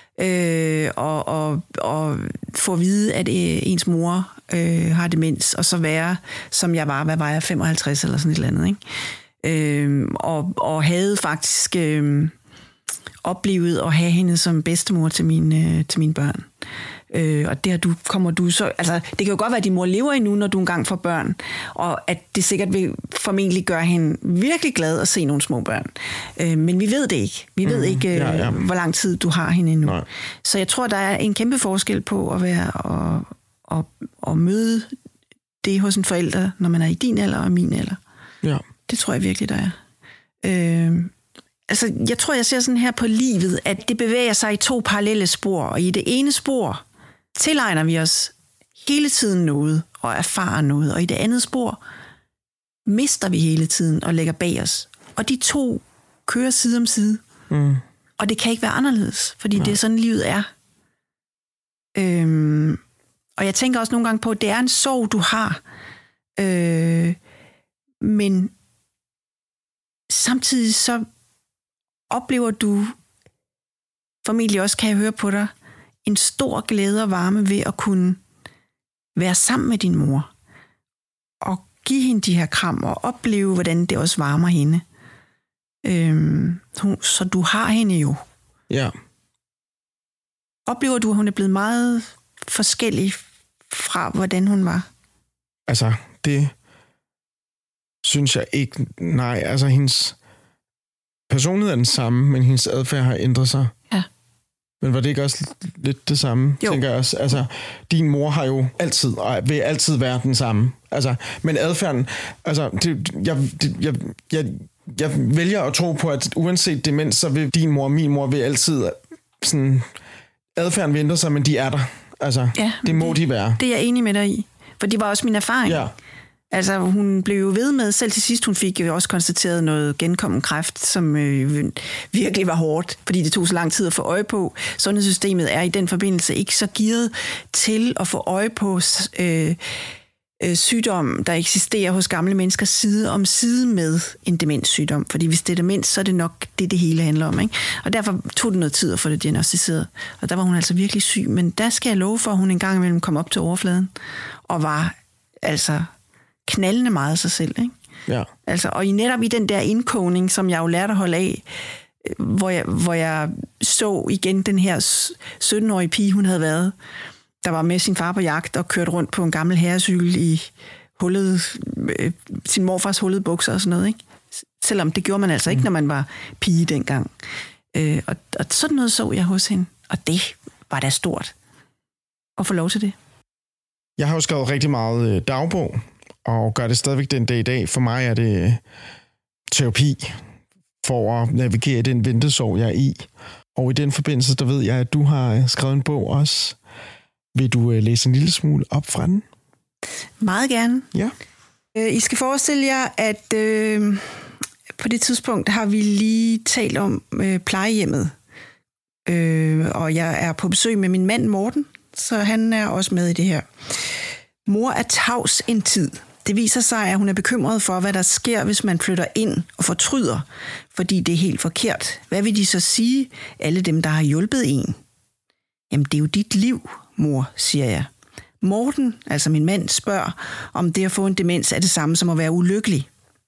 Øh, og, og, og få at vide, at øh, ens mor øh, har demens, og så være, som jeg var, hvad var jeg, femoghalvtreds eller sådan et eller andet, ikke? Øh, og, og havde faktisk... Øh, oplevet at have hende som bedstemor til mine, til mine børn. Øh, og der du, kommer du så... Altså, det kan jo godt være, at din mor lever endnu, når du engang får børn, og at det sikkert vil formentlig gøre hende virkelig glad at se nogle små børn. Øh, men vi ved det ikke. Vi mm, ved ikke, øh, ja, ja. hvor lang tid du har hende endnu. Nej. Så jeg tror, der er en kæmpe forskel på at være og, og, og møde det hos en forælder, når man er i din alder og min alder. Ja. Det tror jeg virkelig, der er. Øh, Altså, jeg tror, jeg ser sådan her på livet, at det bevæger sig i to parallelle spor, og i det ene spor tilegner vi os hele tiden noget og erfarer noget, og i det andet spor mister vi hele tiden og lægger bag os. Og de to kører side om side. Mm. Og det kan ikke være anderledes, fordi ja. det er sådan, livet er. Øhm, og jeg tænker også nogle gange på, at det er en sorg, du har. Øh, men samtidig så oplever du, formentlig også kan jeg høre på dig, en stor glæde og varme ved at kunne være sammen med din mor og give hende de her kram og opleve, hvordan det også varmer hende. Øhm, så du har hende jo. Ja. Oplever du, at hun er blevet meget forskellig fra, hvordan hun var? Altså, det synes jeg ikke. Nej, altså hendes personlighed er den samme, men hendes adfærd har ændret sig. Ja. Men var det ikke også lidt det samme, jo. tænker jeg også? Altså, din mor har jo altid, og vil altid være den samme. Altså, men adfærden, altså, det, jeg, det, jeg, jeg, jeg vælger at tro på, at uanset demens, så vil din mor og min mor vil altid sådan, adfærden vil ændre sig, men de er der. Altså, ja, det må det, de være. Det er jeg enig med dig i, for det var også min erfaring. Ja. Altså, hun blev jo ved med, selv til sidst, hun fik jo også konstateret noget genkommen kræft, som øh, virkelig var hårdt, fordi det tog så lang tid at få øje på. Sundhedssystemet er i den forbindelse ikke så gearet til at få øje på øh, øh, sygdom, der eksisterer hos gamle mennesker side om side med en demenssygdom. Fordi hvis det er demens, så er det nok det, det hele handler om. Ikke? Og derfor tog det noget tid at få det diagnosticeret. Og der var hun altså virkelig syg. Men der skal jeg love for, at hun en gang imellem kom op til overfladen og var altså knaldende meget af sig selv, ikke? Ja. Altså, og i netop i den der indkogning, som jeg jo lærte at holde af, hvor jeg, hvor jeg så igen den her sytten-årige pige, hun havde været, der var med sin far på jagt og kørte rundt på en gammel herrecykel i hullet, øh, sin morfars hullede bukser og sådan noget, ikke? Selvom det gjorde man altså ikke, når man var pige dengang. Øh, og, og sådan noget så jeg hos hende, og det var da stort at få lov til det. Jeg har jo skrevet rigtig meget dagbog, og gør det stadigvæk den dag i dag. For mig er det terapi for at navigere den ventesorg, jeg er i. Og i den forbindelse, der ved jeg, at du har skrevet en bog også. Vil du øh, læse en lille smule op fra den? Meget gerne. Ja. Øh, I skal forestille jer, at øh, på det tidspunkt har vi lige talt om øh, plejehjemmet. Øh, og jeg er på besøg med min mand Morten, så han er også med i det her. Mor er tavs en tid. Det viser sig, at hun er bekymret for, hvad der sker, hvis man flytter ind og fortryder, fordi det er helt forkert. Hvad vil de så sige, alle dem, der har hjulpet en? Jamen, det er jo dit liv, mor, siger jeg. Morten, altså min mand, spørger, om det at få en demens er det samme som at være ulykkelig.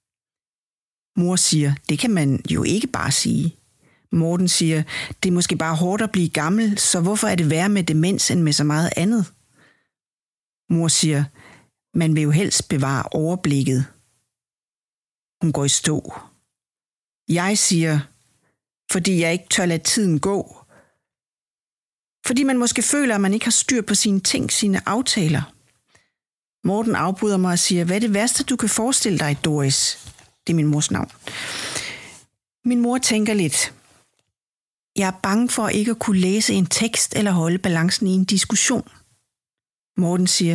Mor siger, det kan man jo ikke bare sige. Morten siger, det er måske bare hårdt at blive gammel, så hvorfor er det værre med demens end med så meget andet? Mor siger, man vil jo helst bevare overblikket. Hun går i stå. Jeg siger, fordi jeg ikke tør lade tiden gå. Fordi man måske føler, at man ikke har styr på sine ting, sine aftaler. Morten afbryder mig og siger, hvad er det værste, du kan forestille dig, Doris? Det er min mors navn. Min mor tænker lidt. Jeg er bange for ikke at kunne læse en tekst eller holde balancen i en diskussion. Morten siger,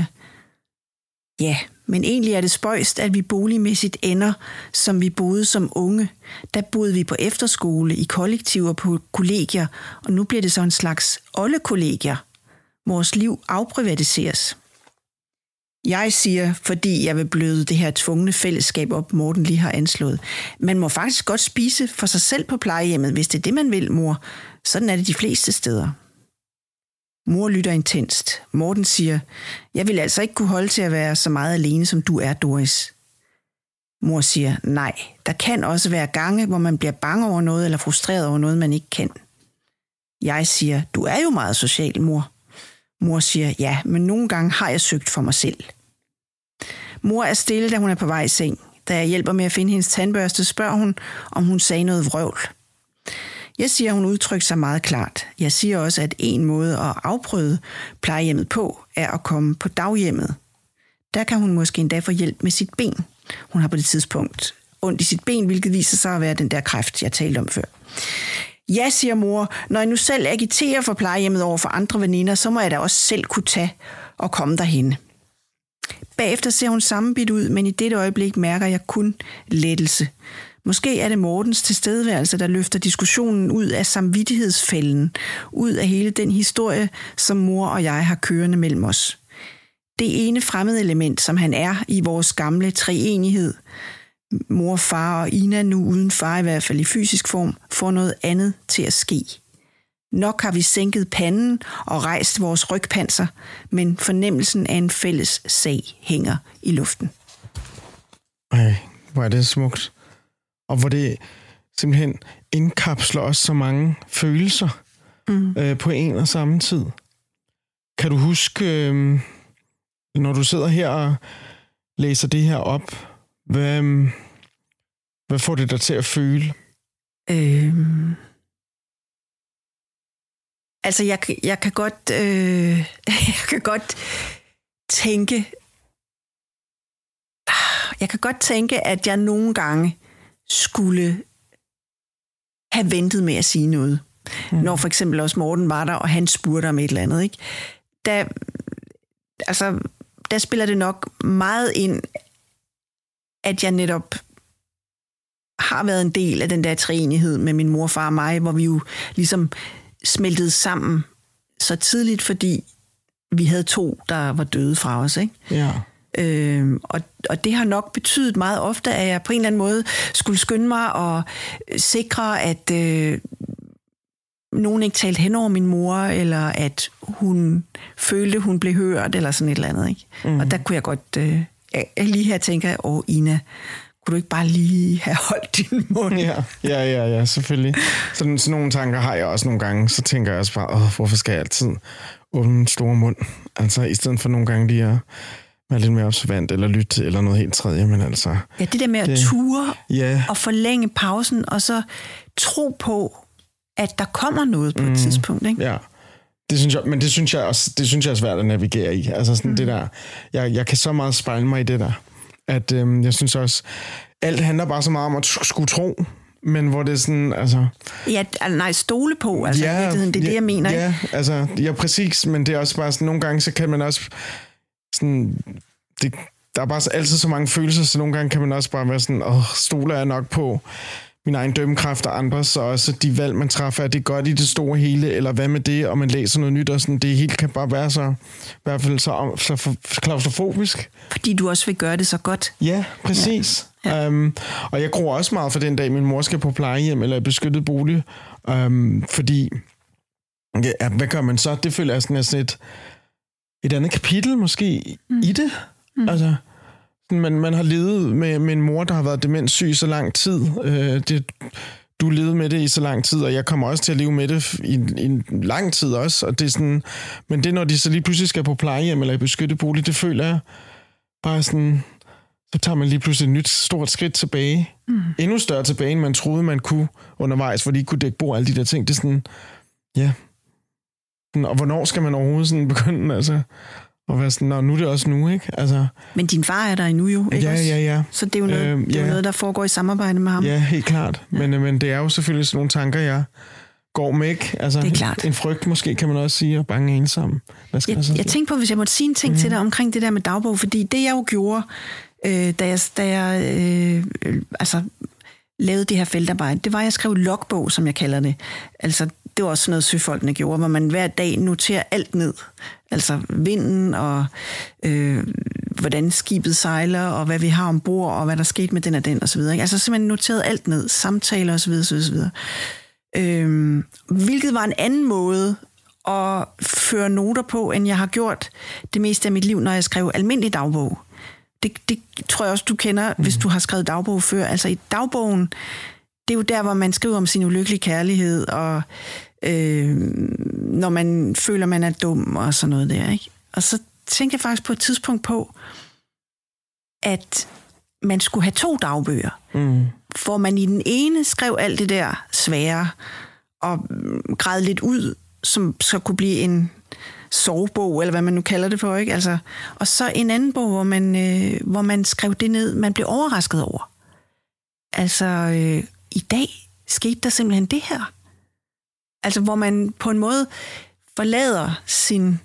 ja, men egentlig er det spøjst, at vi boligmæssigt ender, som vi boede som unge. Der boede vi på efterskole, i kollektiver, på kollegier, og nu bliver det så en slags oldekollegier. Vores liv afprivatiseres. Jeg siger, fordi jeg vil bløde det her tvungne fællesskab op, Morten lige har anslået. Man må faktisk godt spise for sig selv på plejehjemmet, hvis det er det, man vil, mor. Sådan er det de fleste steder. Mor lytter intenst. Morten siger, jeg vil altså ikke kunne holde til at være så meget alene, som du er, Doris. Mor siger, nej, der kan også være gange, hvor man bliver bange over noget eller frustreret over noget, man ikke kan. Jeg siger, du er jo meget social, mor. Mor siger, ja, men nogle gange har jeg søgt for mig selv. Mor er stille, da hun er på vej i seng. Da jeg hjælper med at finde hendes tandbørste, spørger hun, om hun sagde noget vrøvl. Jeg siger, hun udtrykker sig meget klart. Jeg siger også, at en måde at afprøve plejehjemmet på, er at komme på daghjemmet. Der kan hun måske endda få hjælp med sit ben. Hun har på det tidspunkt ondt i sit ben, hvilket viser sig at være den der kræft, jeg talte om før. Ja, siger mor, når jeg nu selv agiterer for plejehjemmet over for andre veninder, så må jeg da også selv kunne tage og komme derhen. Bagefter ser hun sammenbidt ud, men i dette øjeblik mærker jeg kun lettelse. Måske er det Mortens tilstedeværelse, der løfter diskussionen ud af samvittighedsfælden, ud af hele den historie, som mor og jeg har kørende mellem os. Det ene fremmede element, som han er i vores gamle treenighed, mor, far og Ina, nu uden far i hvert fald i fysisk form, får noget andet til at ske. Nok har vi sænket panden og rejst vores rygpanser, men fornemmelsen af en fælles sag hænger i luften. Ej, hvor er det smukt. Og hvor det simpelthen indkapsler også så mange følelser mm. øh, på en og samme tid. Kan du huske, øh, når du sidder her og læser det her op, hvad, øh, hvad får det dig til at føle? Øhm. Altså, jeg, jeg kan godt, øh, jeg kan godt tænke, jeg kan godt tænke, at jeg nogle gange skulle have ventet med at sige noget. Mm. Når for eksempel også Morten var der, og han spurgte om et eller andet, ikke? Der, altså, der spiller det nok meget ind, at jeg netop har været en del af den der treenighed med min mor, far og mig, hvor vi jo ligesom smeltede sammen så tidligt, fordi vi havde to, der var døde fra os, ikke? Ja. Øhm, og, og det har nok betydet meget ofte, at jeg på en eller anden måde skulle skynde mig og sikre, at øh, nogen ikke talte hen over min mor, eller at hun følte, hun blev hørt, eller sådan et eller andet, ikke? Mm. Og der kunne jeg godt øh, lige her tænke, åh, Ina, kunne du ikke bare lige have holdt din mund? Ja, ja, ja, ja, selvfølgelig. Sådan, sådan nogle tanker har jeg også nogle gange. Så tænker jeg også bare, åh, hvorfor skal jeg altid åbne en stor mund? Altså, i stedet for nogle gange lige at være lidt mere observant, eller lytte, eller noget helt tredje, men altså... Ja, det der med at det, ture yeah. og forlænge pausen, og så tro på, at der kommer noget på mm, et tidspunkt, ikke? Ja, det synes jeg, men det synes jeg også, det synes jeg er svært at navigere i. Altså sådan mm. det der, jeg, jeg kan så meget spejle mig i det der, at øhm, jeg synes også, alt handler bare så meget om at skulle tro, men hvor det er sådan, altså... Ja, nej, stole på, altså ja, det er det, ja, jeg mener. Ja, altså, ja, præcis, men det er også bare sådan, nogle gange, så kan man også sådan... Det, der er bare altid så mange følelser, så nogle gange kan man også bare være sådan, åh, stoler jeg nok på min egen dømmekraft og andres, så også de valg, man træffer, er det godt i det store hele, eller hvad med det, og man læser noget nyt, og sådan, det hele kan bare være så, i hvert fald så, så klaustrofobisk. Fordi du også vil gøre det så godt. Ja, præcis. Ja. Ja. Um, og jeg gruer også meget for den dag, min mor skal på plejehjem, eller beskyttet bolig, um, fordi, ja, hvad gør man så? Det føler jeg sådan, sådan et, et andet kapitel, måske, mm. i det. Mm. Altså, man, man har levet med, med en mor, der har været demenssyg så lang tid. Øh, det, du levede med det i så lang tid, og jeg kommer også til at leve med det i, i en lang tid også. Og det er sådan, men det, når de så lige pludselig skal på plejehjem eller i beskyttet bolig, det føler jeg bare sådan, så tager man lige pludselig et nyt stort skridt tilbage. Mm. Endnu større tilbage, end man troede, man kunne undervejs, hvor de ikke kunne dække bord, alle de der ting. Det er sådan, ja. Og hvornår skal man overhovedet sådan begynde, altså... Og være sådan, nu er det også nu, ikke? Altså, men din far er der endnu jo, ikke ja, også? Ja, ja, Så det er jo noget, øh, det er ja. noget der foregår i samarbejde med ham. Ja, helt klart. Ja. Men, men det er jo selvfølgelig sådan nogle tanker, jeg går med, ikke? Altså, det er klart. En frygt måske, kan man også sige, og bange ensom. Hvad skal jeg, jeg, jeg tænkte på, hvis jeg måtte sige en ting mm. til dig omkring det der med dagbog, fordi det jeg jo gjorde, øh, da jeg, da jeg øh, øh, altså, lavede det her feltarbejde, det var, at jeg skrev logbog, som jeg kalder det. Altså, det var også sådan noget, søfolkene gjorde, hvor man hver dag noterer alt ned. Altså vinden og øh, hvordan skibet sejler, og hvad vi har ombord, og hvad der skete med den og den, og så videre. Altså simpelthen noteret alt ned, samtaler og så videre, så videre. Øh, hvilket var en anden måde at føre noter på, end jeg har gjort det meste af mit liv, når jeg skrev almindelig dagbog. Det, det tror jeg også, du kender, mm. hvis du har skrevet dagbog før. Altså i dagbogen, det er jo der, hvor man skriver om sin ulykkelige kærlighed, og øh, når man føler, man er dum, og sådan noget der, ikke? Og så tænker jeg faktisk på et tidspunkt på, at man skulle have to dagbøger. Mm. For man i den ene skrev alt det der svære, og græd lidt ud, som så kunne blive en sovebog, eller hvad man nu kalder det for, ikke? Altså, og så en anden bog, hvor man, øh, hvor man skrev det ned, man blev overrasket over. Altså, øh, i dag skete der simpelthen det her. Altså, hvor man på en måde forlader sin,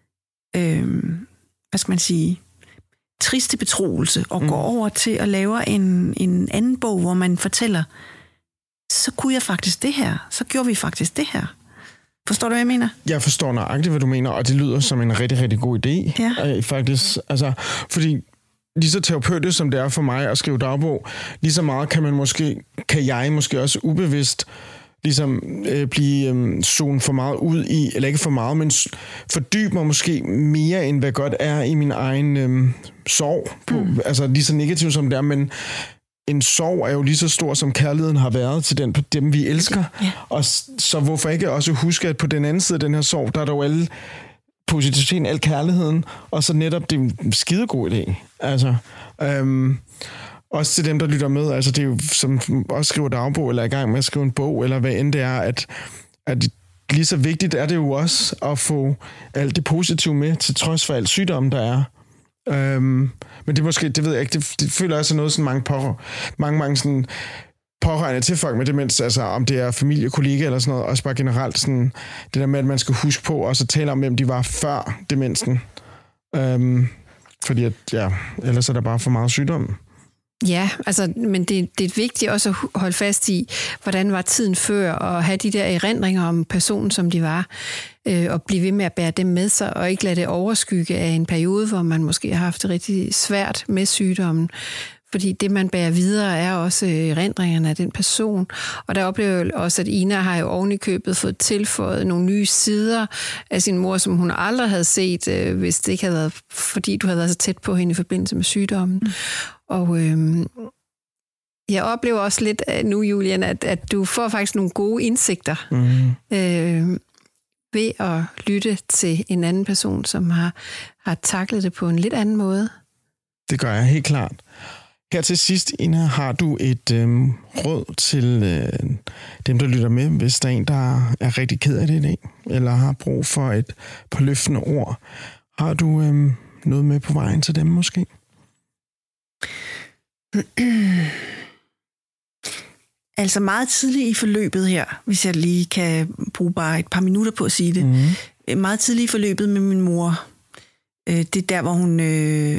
øh, hvad skal man sige, triste betroelse, og mm. går over til at lave en, en anden bog, hvor man fortæller, så kunne jeg faktisk det her, så gjorde vi faktisk det her. Forstår du, hvad jeg mener? Jeg forstår nøjagtigt, hvad du mener, og det lyder som en rigtig, rigtig god idé. Ja. Faktisk, altså, fordi lige så terapeutisk, som det er for mig at skrive dagbog, lige så meget kan man måske, kan jeg måske også ubevidst ligesom øh, blive øh, zonet for meget ud i, eller ikke for meget, men fordybe mig måske mere, end hvad godt er i min egen øh, sorg. På, mm. Altså lige så negativt som det er, men en sorg er jo lige så stor, som kærligheden har været til den, dem, vi elsker. Ja. Og så hvorfor ikke også huske, at på den anden side af den her sorg, der er der jo alle positiviteten, al kærligheden, og så netop det er en skidegod idé. Altså, øhm, også til dem, der lytter med, altså det er jo, som også skriver dagbog, eller er i gang med at skrive en bog, eller hvad end det er, at, at lige så vigtigt er det jo også at få alt det positive med, til trods for alt sygdom, der er. Øhm, men det måske, det ved jeg ikke, det, det føler jeg sådan noget, sådan mange pårørende, mange, mange sådan pårørende til folk med demens, altså om det er familie, kollega eller sådan noget, også bare generelt sådan, det der med, at man skal huske på, og så tale om, hvem de var før demensen. Øhm, fordi at, ja, ellers er der bare for meget sygdom. Ja, altså, men det, det er vigtigt også at holde fast i, hvordan var tiden før, og have de der erindringer om personen, som de var, øh, og blive ved med at bære dem med sig, og ikke lade det overskygge af en periode, hvor man måske har haft det rigtig svært med sygdommen. Fordi det, man bærer videre, er også erindringerne af den person. Og der oplever jeg også, at Ina har jo oven i købet fået tilføjet nogle nye sider af sin mor, som hun aldrig havde set, øh, hvis det ikke havde været, fordi du havde været så tæt på hende i forbindelse med sygdommen. Mm. Og øh, jeg oplever også lidt nu, Julian, at, at du får faktisk nogle gode indsigter mm. øh, ved at lytte til en anden person, som har, har taklet det på en lidt anden måde. Det gør jeg helt klart. Her til sidst, Ina, har du et øhm, råd til øh, dem, der lytter med, hvis der er en, der er rigtig ked af det i dag, eller har brug for et par løftende ord. Har du øhm, noget med på vejen til dem måske? Altså meget tidligt i forløbet her, hvis jeg lige kan bruge bare et par minutter på at sige det. Mm. Meget tidligt i forløbet med min mor. Det er der, hvor hun øh,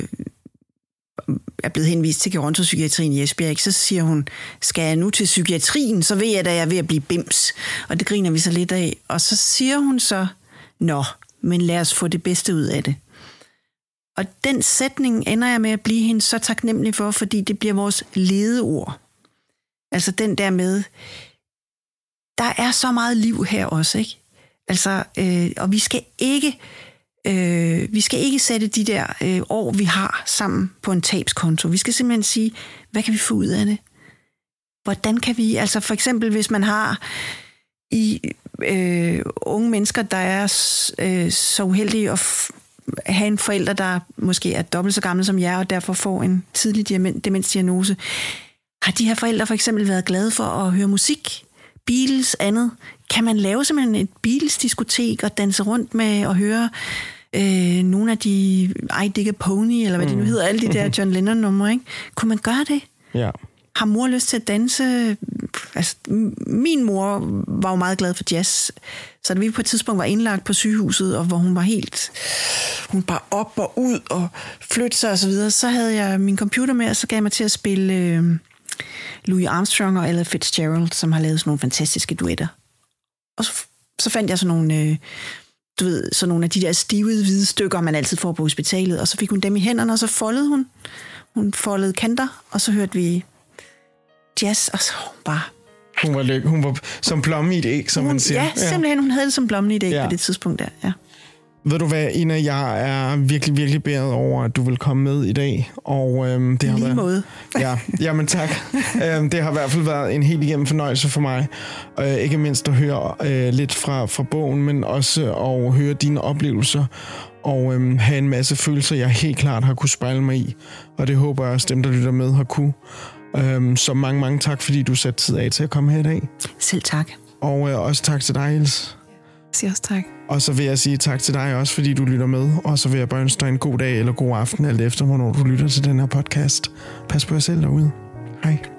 er blevet henvist til gerontopsykiatrien i Esbjerg. Så siger hun, skal jeg nu til psykiatrien, så ved jeg, at jeg er ved at blive bims. Og det griner vi så lidt af. Og så siger hun så, nå, men lad os få det bedste ud af det. Og den sætning ender jeg med at blive hende så taknemmelig for, fordi det bliver vores ledeord. Altså den der med, der er så meget liv her også, ikke? Altså, øh, og vi skal ikke, øh, vi skal ikke sætte de der øh, år, vi har sammen på en tabskonto. Vi skal simpelthen sige, hvad kan vi få ud af det? Hvordan kan vi, altså for eksempel, hvis man har i øh, unge mennesker, der er øh, så uheldige at f- have en forælder, der måske er dobbelt så gammel som jer, og derfor får en tidlig demensdiagnose. Har de her forældre for eksempel været glade for at høre musik? Beatles, andet? Kan man lave simpelthen et Beatles-diskotek og danse rundt med og høre øh, nogle af de I Dig a Pony, eller hvad mm. de nu hedder, alle de der John Lennon-numre, ikke? Kunne man gøre det? Ja. Har mor lyst til at danse? Altså, min mor var jo meget glad for jazz, så da vi på et tidspunkt var indlagt på sygehuset, og hvor hun var helt, hun bare op og ud og flytte sig og så videre, så havde jeg min computer med, og så gav jeg mig til at spille øh, Louis Armstrong og Ella Fitzgerald, som har lavet sådan nogle fantastiske duetter. Og så, så fandt jeg sådan nogle, øh, du ved, sådan nogle af de der stivede hvide stykker, man altid får på hospitalet, og så fik hun dem i hænderne, og så foldede hun. Hun foldede kanter, og så hørte vi jazz, og så bare... Hun var, lykke. Hun var som blomme i et æg, som hun, man siger. Ja, simpelthen. Hun havde det som blomme i et æg ja. på det tidspunkt der, ja. Ved du hvad, Ina, jeg er virkelig, virkelig beæret over, at du vil komme med i dag. Og, øhm, det har lige været, måde. Ja, jamen tak. øhm, det har i hvert fald været en helt igennem fornøjelse for mig. Øh, ikke mindst at høre øh, lidt fra, fra bogen, men også at høre dine oplevelser. Og øhm, have en masse følelser, jeg helt klart har kunne spejle mig i. Og det håber jeg også, dem, der lytter med, har kunne. Øhm, så mange, mange tak, fordi du satte tid af til at komme her i dag. Selv tak. Og øh, også tak til dig, Els. Jeg siger også tak. Og så vil jeg sige tak til dig også, fordi du lytter med. Og så vil jeg bare ønske dig en god dag eller god aften, alt efter, hvornår du lytter til den her podcast. Pas på jer selv derude. Hej.